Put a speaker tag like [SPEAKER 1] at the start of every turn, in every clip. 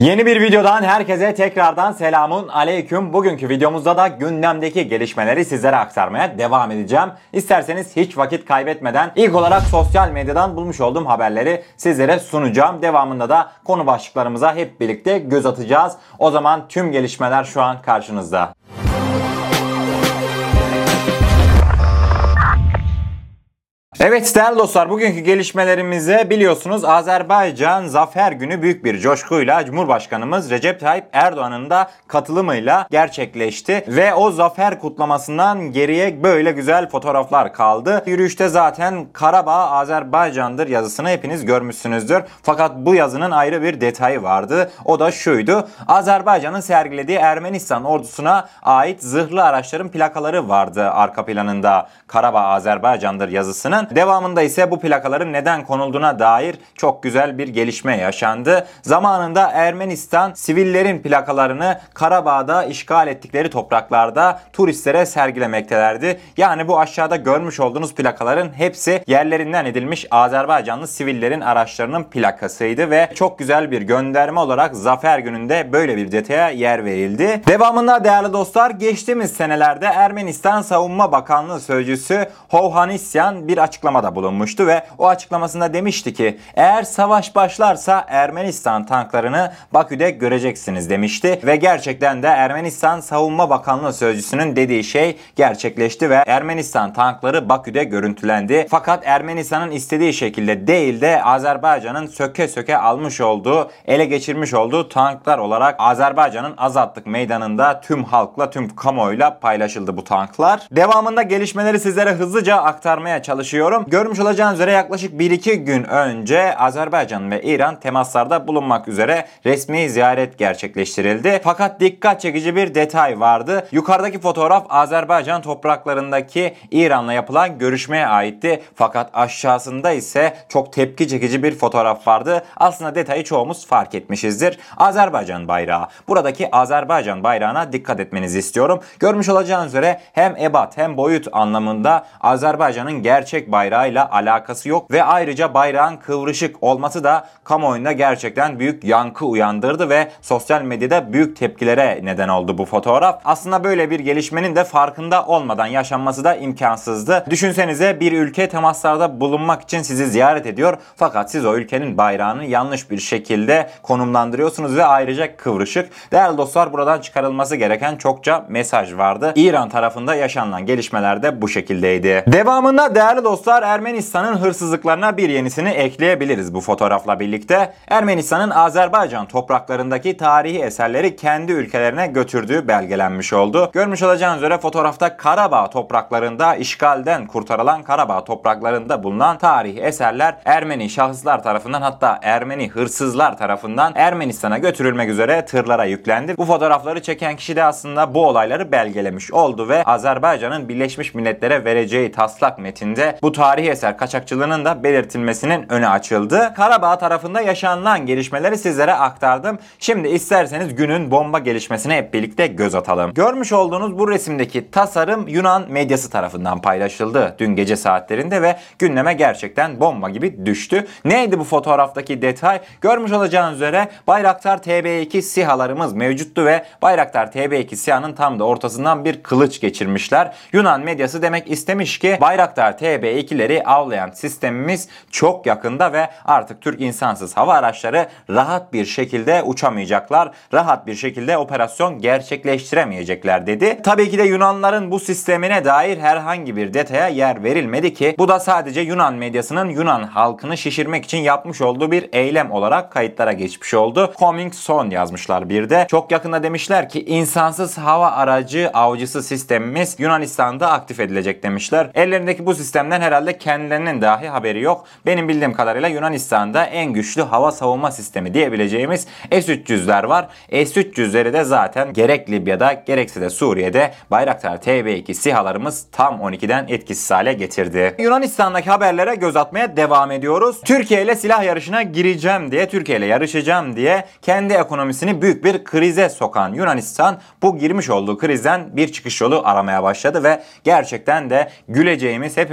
[SPEAKER 1] Yeni bir videodan herkese tekrardan selamun aleyküm. Bugünkü videomuzda da gündemdeki gelişmeleri sizlere aktarmaya devam edeceğim. İsterseniz hiç vakit kaybetmeden ilk olarak sosyal medyadan bulmuş olduğum haberleri sizlere sunacağım. Devamında da konu başlıklarımıza hep birlikte göz atacağız. O zaman tüm gelişmeler şu an karşınızda. Evet değerli dostlar, bugünkü gelişmelerimize biliyorsunuz Azerbaycan Zafer Günü büyük bir coşkuyla Cumhurbaşkanımız Recep Tayyip Erdoğan'ın da katılımıyla gerçekleşti. Ve o zafer kutlamasından geriye böyle güzel fotoğraflar kaldı. Yürüyüşte zaten Karabağ Azerbaycan'dır yazısını hepiniz görmüşsünüzdür. Fakat bu yazının ayrı bir detayı vardı. O da şuydu: Azerbaycan'ın sergilediği Ermenistan ordusuna ait zırhlı araçların plakaları vardı arka planında Karabağ Azerbaycan'dır yazısının. Devamında ise bu plakaların neden konulduğuna dair çok güzel bir gelişme yaşandı. Zamanında Ermenistan sivillerin plakalarını Karabağ'da işgal ettikleri topraklarda turistlere sergilemektelerdi. Yani bu aşağıda görmüş olduğunuz plakaların hepsi yerlerinden edilmiş Azerbaycanlı sivillerin araçlarının plakasıydı ve çok güzel bir gönderme olarak Zafer Günü'nde böyle bir detaya yer verildi. Devamında değerli dostlar, geçtiğimiz senelerde Ermenistan Savunma Bakanlığı Sözcüsü Hovhannisyan bir açıklamada bulunmuştu ve o açıklamasında demişti ki eğer savaş başlarsa Ermenistan tanklarını Bakü'de göreceksiniz demişti ve gerçekten de Ermenistan Savunma Bakanlığı Sözcüsü'nün dediği şey gerçekleşti ve Ermenistan tankları Bakü'de görüntülendi. Fakat Ermenistan'ın istediği şekilde değil de Azerbaycan'ın söke söke almış olduğu, ele geçirmiş olduğu tanklar olarak Azerbaycan'ın Azadlık Meydanı'nda tüm halkla, tüm kamuoyuyla paylaşıldı bu tanklar. Devamında gelişmeleri sizlere hızlıca aktarmaya çalışıyorum. Görmüş olacağınız üzere yaklaşık 1-2 gün önce Azerbaycan ve İran temaslarda bulunmak üzere resmi ziyaret gerçekleştirildi. Fakat dikkat çekici bir detay vardı. Yukarıdaki fotoğraf Azerbaycan topraklarındaki İran'la yapılan görüşmeye aitti. Fakat aşağısında ise çok tepki çekici bir fotoğraf vardı. Aslında detayı çoğumuz fark etmişizdir. Azerbaycan bayrağı. Buradaki Azerbaycan bayrağına dikkat etmenizi istiyorum. Görmüş olacağınız üzere hem ebat hem boyut anlamında Azerbaycan'ın gerçek bayrağıyla alakası yok ve ayrıca bayrağın kıvrışık olması da kamuoyunda gerçekten büyük yankı uyandırdı ve sosyal medyada büyük tepkilere neden oldu bu fotoğraf. Aslında böyle bir gelişmenin de farkında olmadan yaşanması da imkansızdı. Düşünsenize, bir ülke temaslarda bulunmak için sizi ziyaret ediyor fakat siz o ülkenin bayrağını yanlış bir şekilde konumlandırıyorsunuz ve ayrıca kıvrışık. Değerli dostlar, buradan çıkarılması gereken çokça mesaj vardı. İran tarafında yaşanılan gelişmeler de bu şekildeydi. Devamında değerli dostlar, Ermenistan'ın hırsızlıklarına bir yenisini ekleyebiliriz bu fotoğrafla birlikte. Ermenistan'ın Azerbaycan topraklarındaki tarihi eserleri kendi ülkelerine götürdüğü belgelenmiş oldu. Görmüş olacağınız üzere fotoğrafta Karabağ topraklarında, işgalden kurtarılan Karabağ topraklarında bulunan tarihi eserler Ermeni şahıslar tarafından, hatta Ermeni hırsızlar tarafından Ermenistan'a götürülmek üzere tırlara yüklendi. Bu fotoğrafları çeken kişi de aslında bu olayları belgelemiş oldu ve Azerbaycan'ın Birleşmiş Milletler'e vereceği taslak metinde bu tarihi eser kaçakçılığının da belirtilmesinin önü açıldı. Karabağ tarafında yaşanılan gelişmeleri sizlere aktardım. Şimdi isterseniz günün bomba gelişmesine hep birlikte göz atalım. Görmüş olduğunuz bu resimdeki tasarım Yunan medyası tarafından paylaşıldı dün gece saatlerinde ve gündeme gerçekten bomba gibi düştü. Neydi bu fotoğraftaki detay? Görmüş olacağınız üzere Bayraktar TB2 SİHA'larımız mevcuttu ve Bayraktar TB2 SİHA'nın tam da ortasından bir kılıç geçirmişler. Yunan medyası demek istemiş ki Bayraktar TB2'leri avlayan sistemimiz çok yakında ve artık Türk insansız hava araçları rahat bir şekilde uçamayacaklar, rahat bir şekilde operasyon gerçekleştiremeyecekler dedi. Tabii ki de Yunanların bu sistemine dair herhangi bir detaya yer verilmedi ki bu da sadece Yunan medyasının Yunan halkını şişirmek için yapmış olduğu bir eylem olarak kayıtlara geçmiş oldu. Coming soon yazmışlar bir de. Çok yakında demişler ki insansız hava aracı avcısı sistemimiz Yunanistan'da aktif edilecek demişler. Ellerindeki bu sistemden herhalde kendilerinin dahi haberi yok. Benim bildiğim kadarıyla Yunanistan'da en güçlü hava savunma sistemi diyebileceğimiz S-300'ler var. S-300'leri de zaten gerek Libya'da gerekse de Suriye'de Bayraktar TB2 SİHA'larımız tam 12'den etkisiz hale getirdi. Yunanistan'daki haberlere göz atmaya devam ediyoruz. Türkiye ile silah yarışına gireceğim diye, Türkiye ile yarışacağım diye kendi ekonomisini büyük bir krize sokan Yunanistan bu girmiş olduğu krizden bir çıkış yolu aramaya başladı ve gerçekten de güleceğimiz, hepimizin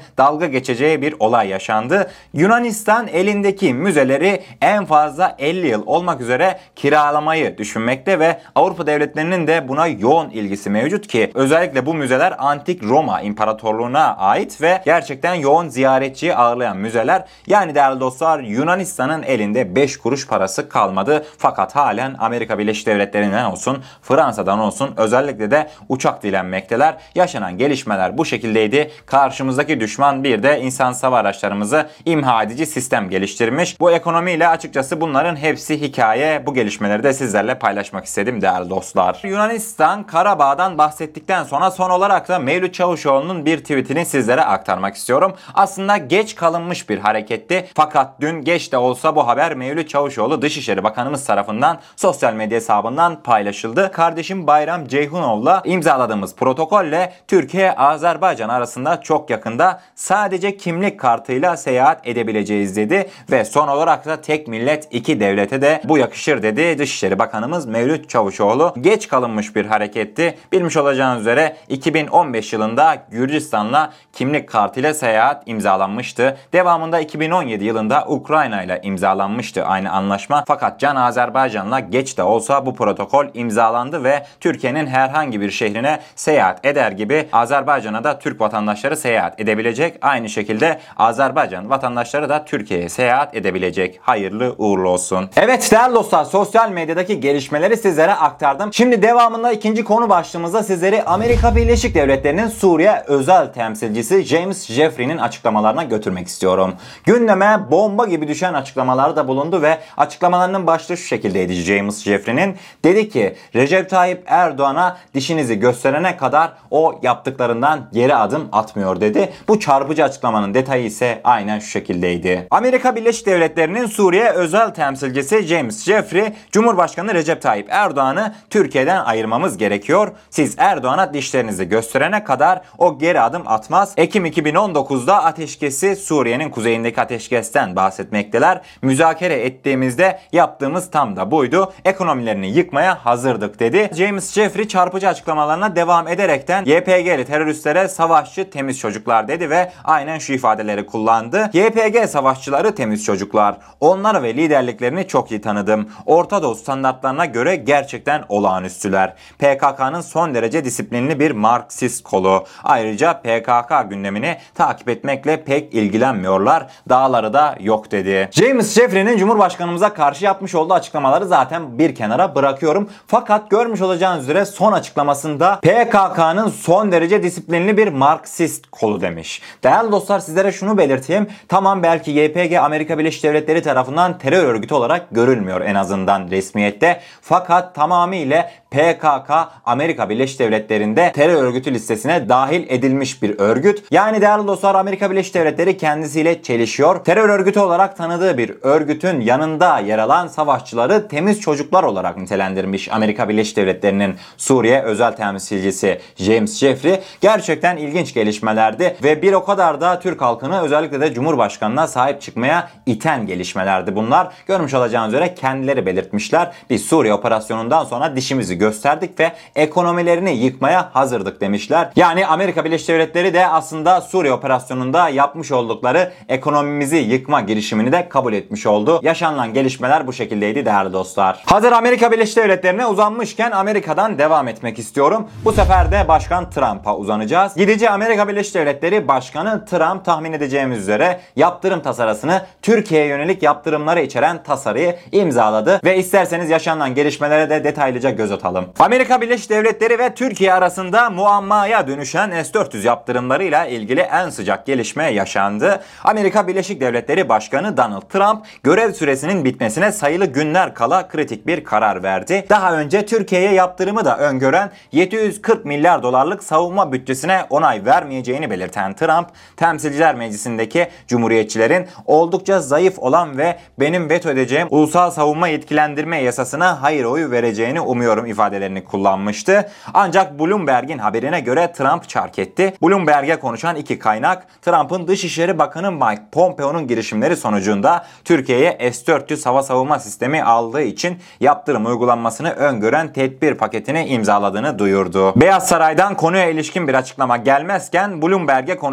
[SPEAKER 1] dalga geçeceği bir olay yaşandı. Yunanistan elindeki müzeleri en fazla 50 yıl olmak üzere kiralamayı düşünmekte ve Avrupa devletlerinin de buna yoğun ilgisi mevcut ki özellikle bu müzeler Antik Roma İmparatorluğu'na ait ve gerçekten yoğun ziyaretçiyi ağırlayan müzeler. Yani değerli dostlar, Yunanistan'ın elinde 5 kuruş parası kalmadı. Fakat halen Amerika Birleşik Devletleri'nden olsun, Fransa'dan olsun özellikle de uçak dilenmekteler. Yaşanan gelişmeler bu şekildeydi. Karşımızdaki düşman bir de insansız hava araçlarımızı imha edici sistem geliştirmiş. Bu ekonomiyle açıkçası bunların hepsi hikaye. Bu gelişmeleri de sizlerle paylaşmak istedim değerli dostlar. Yunanistan Karabağ'dan bahsettikten sonra son olarak da Mevlüt Çavuşoğlu'nun bir tweetini sizlere aktarmak istiyorum. Aslında geç kalınmış bir hareketti. Fakat dün geç de olsa bu haber Mevlüt Çavuşoğlu Dışişleri Bakanımız tarafından sosyal medya hesabından paylaşıldı. Kardeşim Bayram Ceyhunov'la imzaladığımız protokolle Türkiye-Azerbaycan arasında çok yakında sadece kimlik kartıyla seyahat edebileceğiz dedi ve son olarak da tek millet iki devlete de bu yakışır dedi Dışişleri Bakanımız Mevlüt Çavuşoğlu. Geç kalınmış bir hareketti. Bilmiş olacağınız üzere 2015 yılında Gürcistan'la kimlik kartıyla seyahat imzalanmıştı. Devamında 2017 yılında Ukrayna ile imzalanmıştı aynı anlaşma. Fakat Can Azerbaycan'la geç de olsa bu protokol imzalandı ve Türkiye'nin herhangi bir şehrine seyahat eder gibi Azerbaycan'a da Türk vatandaşları seyahat edebilecek. Aynı şekilde Azerbaycan vatandaşları da Türkiye'ye seyahat edebilecek. Hayırlı uğurlu olsun. Evet değerli dostlar, sosyal medyadaki gelişmeleri sizlere aktardım. Şimdi devamında ikinci konu başlığımızda sizleri Amerika Birleşik Devletleri'nin Suriye özel temsilcisi James Jeffrey'nin açıklamalarına götürmek istiyorum. Gündeme bomba gibi düşen açıklamaları da bulundu ve açıklamalarının başlığı şu şekildeydi James Jeffrey'nin. Dedi ki Recep Tayyip Erdoğan'a dişinizi gösterene kadar o yaptıklarından geri adım atmıyor dedi. Bu çarpıcı açıklamanın detayı ise aynen şu şekildeydi. Amerika Birleşik Devletleri'nin Suriye özel temsilcisi James Jeffrey, Cumhurbaşkanı Recep Tayyip Erdoğan'ı Türkiye'den ayırmamız gerekiyor. Siz Erdoğan'a dişlerinizi gösterene kadar o geri adım atmaz. Ekim 2019'da ateşkesi, Suriye'nin kuzeyindeki ateşkesten bahsetmekteler. Müzakere ettiğimizde yaptığımız tam da buydu. Ekonomilerini yıkmaya hazırdık dedi. James Jeffrey çarpıcı açıklamalarına devam ederekten YPG'li teröristlere savaşçı temiz çocuklar dedi ve aynen şu ifadeleri kullandı. YPG savaşçıları temiz çocuklar. Onları ve liderliklerini çok iyi tanıdım. Orta Doğu standartlarına göre gerçekten olağanüstüler. PKK'nın son derece disiplinli bir Marksist kolu. Ayrıca PKK gündemini takip etmekle pek ilgilenmiyorlar. Dağları da yok dedi. James Jeffrey'nin Cumhurbaşkanımıza karşı yapmış olduğu açıklamaları zaten bir kenara bırakıyorum. Fakat görmüş olacağınız üzere son açıklamasında PKK'nın son derece disiplinli bir Marksist kolu demiş. Değerli dostlar, sizlere şunu belirteyim. Tamam, belki YPG Amerika Birleşik Devletleri tarafından terör örgütü olarak görülmüyor en azından resmiyette. Fakat tamamıyla PKK Amerika Birleşik Devletleri'nde terör örgütü listesine dahil edilmiş bir örgüt. Yani değerli dostlar, Amerika Birleşik Devletleri kendisiyle çelişiyor. Terör örgütü olarak tanıdığı bir örgütün yanında yer alan savaşçıları temiz çocuklar olarak nitelendirmiş Amerika Birleşik Devletleri'nin Suriye özel temsilcisi James Jeffrey. Gerçekten ilginç gelişmelerdi ve bir o kadar da Türk halkını, özellikle de Cumhurbaşkanı'na sahip çıkmaya iten gelişmelerdi bunlar. Görmüş olacağınız üzere kendileri belirtmişler. Biz Suriye operasyonundan sonra dişimizi gösterdik ve ekonomilerini yıkmaya hazırdık demişler. Yani Amerika Birleşik Devletleri de aslında Suriye operasyonunda yapmış oldukları ekonomimizi yıkma girişimini de kabul etmiş oldu. Yaşanılan gelişmeler bu şekildeydi değerli dostlar. Hazır Amerika Birleşik Devletleri'ne uzanmışken Amerika'dan devam etmek istiyorum. Bu sefer de Başkan Trump'a uzanacağız. Gidici Amerika Birleşik Devletleri Başkanı Trump, tahmin edeceğimiz üzere yaptırım tasarısını, Türkiye'ye yönelik yaptırımları içeren tasarıyı imzaladı ve isterseniz yaşanan gelişmelere de detaylıca göz atalım. Amerika Birleşik Devletleri ve Türkiye arasında muammaya dönüşen S-400 yaptırımlarıyla ilgili en sıcak gelişme yaşandı. Amerika Birleşik Devletleri Başkanı Donald Trump görev süresinin bitmesine sayılı günler kala kritik bir karar verdi. Daha önce Türkiye'ye yaptırımı da öngören 740 milyar dolarlık savunma bütçesine onay vermeyeceğini belirten Trump, Temsilciler Meclisi'ndeki Cumhuriyetçilerin oldukça zayıf olan ve benim veto edeceğim ulusal savunma yetkilendirme yasasına hayır oyu vereceğini umuyorum ifadelerini kullanmıştı. Ancak Bloomberg'in haberine göre Trump çark etti. Bloomberg'e konuşan iki kaynak, Trump'ın Dışişleri Bakanı Mike Pompeo'nun girişimleri sonucunda Türkiye'ye S-400 hava savunma sistemi aldığı için yaptırım uygulanmasını öngören tedbir paketini imzaladığını duyurdu. Beyaz Saray'dan konuya ilişkin bir açıklama gelmezken Bloomberg'e konuşan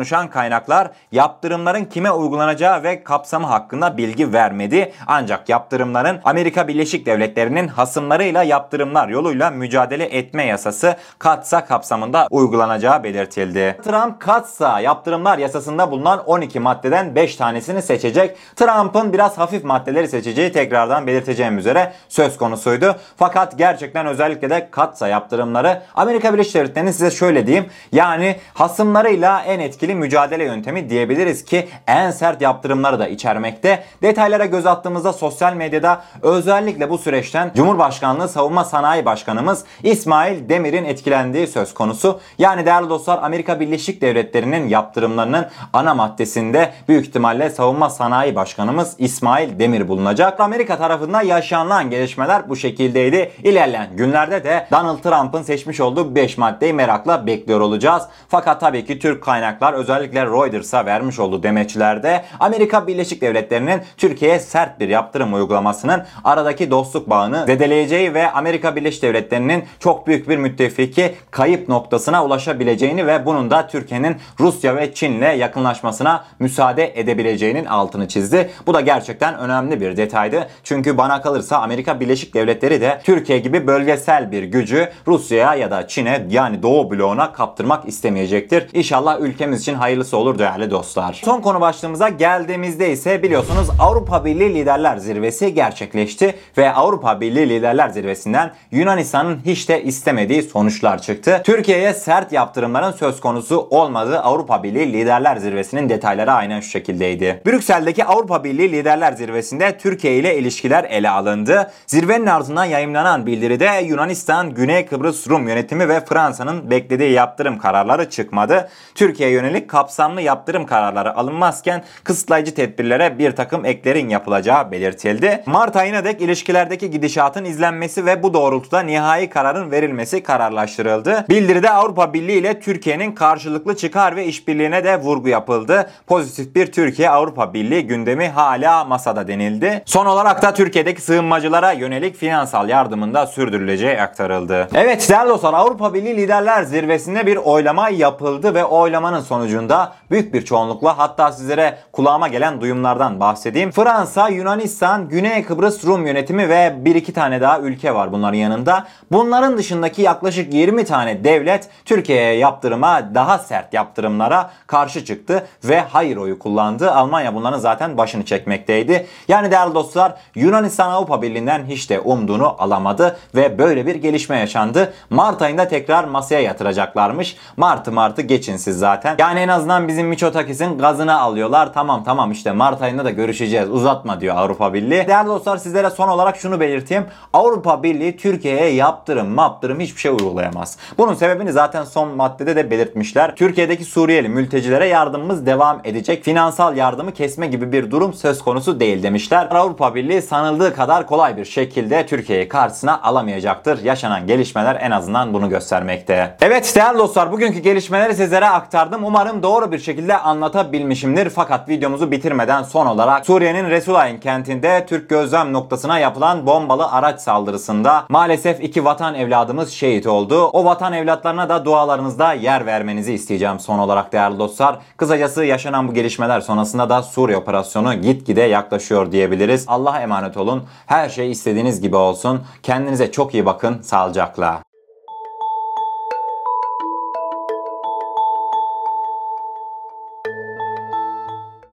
[SPEAKER 1] konuşan kaynaklar yaptırımların kime uygulanacağı ve kapsamı hakkında bilgi vermedi. Ancak yaptırımların Amerika Birleşik Devletleri'nin hasımlarıyla yaptırımlar yoluyla mücadele etme yasası CAATSA kapsamında uygulanacağı belirtildi. Trump CAATSA yaptırımlar yasasında bulunan 12 maddeden 5 tanesini seçecek. Trump'ın biraz hafif maddeleri seçeceği tekrardan belirteceğim üzere söz konusuydu. Fakat gerçekten özellikle de CAATSA yaptırımları Amerika Birleşik Devletleri'nin size şöyle diyeyim, yani hasımlarıyla en etkili mücadele yöntemi diyebiliriz ki en sert yaptırımları da içermekte. Detaylara göz attığımızda sosyal medyada özellikle bu süreçten Cumhurbaşkanlığı Savunma Sanayi Başkanımız İsmail Demir'in etkilendiği söz konusu. Yani değerli dostlar, Amerika Birleşik Devletleri'nin yaptırımlarının ana maddesinde büyük ihtimalle Savunma Sanayi Başkanımız İsmail Demir bulunacak. Amerika tarafından yaşanan gelişmeler bu şekildeydi. İlerleyen günlerde de Donald Trump'ın seçmiş olduğu 5 maddeyi merakla bekliyor olacağız. Fakat tabii ki Türk kaynaklar özellikle Reuters'a vermiş olduğu demeçlerde Amerika Birleşik Devletleri'nin Türkiye'ye sert bir yaptırım uygulamasının aradaki dostluk bağını zedeleyeceği ve Amerika Birleşik Devletleri'nin çok büyük bir müttefiki kayıp noktasına ulaşabileceğini ve bunun da Türkiye'nin Rusya ve Çin'le yakınlaşmasına müsaade edebileceğinin altını çizdi. Bu da gerçekten önemli bir detaydı. Çünkü bana kalırsa Amerika Birleşik Devletleri de Türkiye gibi bölgesel bir gücü Rusya'ya ya da Çin'e, yani Doğu bloğuna kaptırmak istemeyecektir. İnşallah ülkemiz için hayırlısı olur değerli dostlar. Son konu başlığımıza geldiğimizde ise biliyorsunuz Avrupa Birliği Liderler Zirvesi gerçekleşti ve Avrupa Birliği Liderler Zirvesi'nden Yunanistan'ın hiç de istemediği sonuçlar çıktı. Türkiye'ye sert yaptırımların söz konusu olmadığı Avrupa Birliği Liderler Zirvesi'nin detayları aynen şu şekildeydi. Brüksel'deki Avrupa Birliği Liderler Zirvesi'nde Türkiye ile ilişkiler ele alındı. Zirvenin ardından yayımlanan bildiride Yunanistan, Güney Kıbrıs Rum yönetimi ve Fransa'nın beklediği yaptırım kararları çıkmadı. Türkiye'ye yönelik kapsamlı yaptırım kararları alınmazken kısıtlayıcı tedbirlere bir takım eklerin yapılacağı belirtildi. Mart ayına dek ilişkilerdeki gidişatın izlenmesi ve bu doğrultuda nihai kararın verilmesi kararlaştırıldı. Bildiride Avrupa Birliği ile Türkiye'nin karşılıklı çıkar ve işbirliğine de vurgu yapıldı. Pozitif bir Türkiye-Avrupa Birliği gündemi hala masada denildi. Son olarak da Türkiye'deki sığınmacılara yönelik finansal yardımın da sürdürüleceği aktarıldı. Evet değerli dostlar, Avrupa Birliği Liderler Zirvesi'nde bir oylama yapıldı ve oylamanın sonucunda büyük bir çoğunlukla, hatta sizlere kulağıma gelen duyumlardan bahsedeyim. Fransa, Yunanistan, Güney Kıbrıs Rum yönetimi ve 1-2 tane daha ülke var bunların yanında. Bunların dışındaki yaklaşık 20 tane devlet Türkiye'ye yaptırıma, daha sert yaptırımlara karşı çıktı ve hayır oyu kullandı. Almanya bunların zaten başını çekmekteydi. Yani değerli dostlar, Yunanistan Avrupa Birliği'nden hiç de umduğunu alamadı ve böyle bir gelişme yaşandı. Mart ayında tekrar masaya yatıracaklarmış. Mart'ı geçin siz zaten. Yani en azından bizim Miçotakis'in gazını alıyorlar. Tamam işte Mart ayında da görüşeceğiz, uzatma diyor Avrupa Birliği. Değerli dostlar, sizlere son olarak şunu belirteyim. Avrupa Birliği Türkiye'ye yaptırım hiçbir şey uygulayamaz. Bunun sebebini zaten son maddede de belirtmişler. Türkiye'deki Suriyeli mültecilere yardımımız devam edecek. Finansal yardımı kesme gibi bir durum söz konusu değil demişler. Avrupa Birliği sanıldığı kadar kolay bir şekilde Türkiye'yi karşısına alamayacaktır. Yaşanan gelişmeler en azından bunu göstermekte. Evet değerli dostlar, bugünkü gelişmeleri sizlere aktardım. Umarım doğru bir şekilde anlatabilmişimdir. Fakat videomuzu bitirmeden son olarak Suriye'nin Resulayn kentinde Türk gözlem noktasına yapılan bombalı araç saldırısında maalesef 2 vatan evladımız şehit oldu. O vatan evlatlarına da dualarınızda yer vermenizi isteyeceğim son olarak değerli dostlar. Kısacası yaşanan bu gelişmeler sonrasında da Suriye operasyonu gitgide yaklaşıyor diyebiliriz. Allah'a emanet olun. Her şey istediğiniz gibi olsun. Kendinize çok iyi bakın. Sağlıcakla.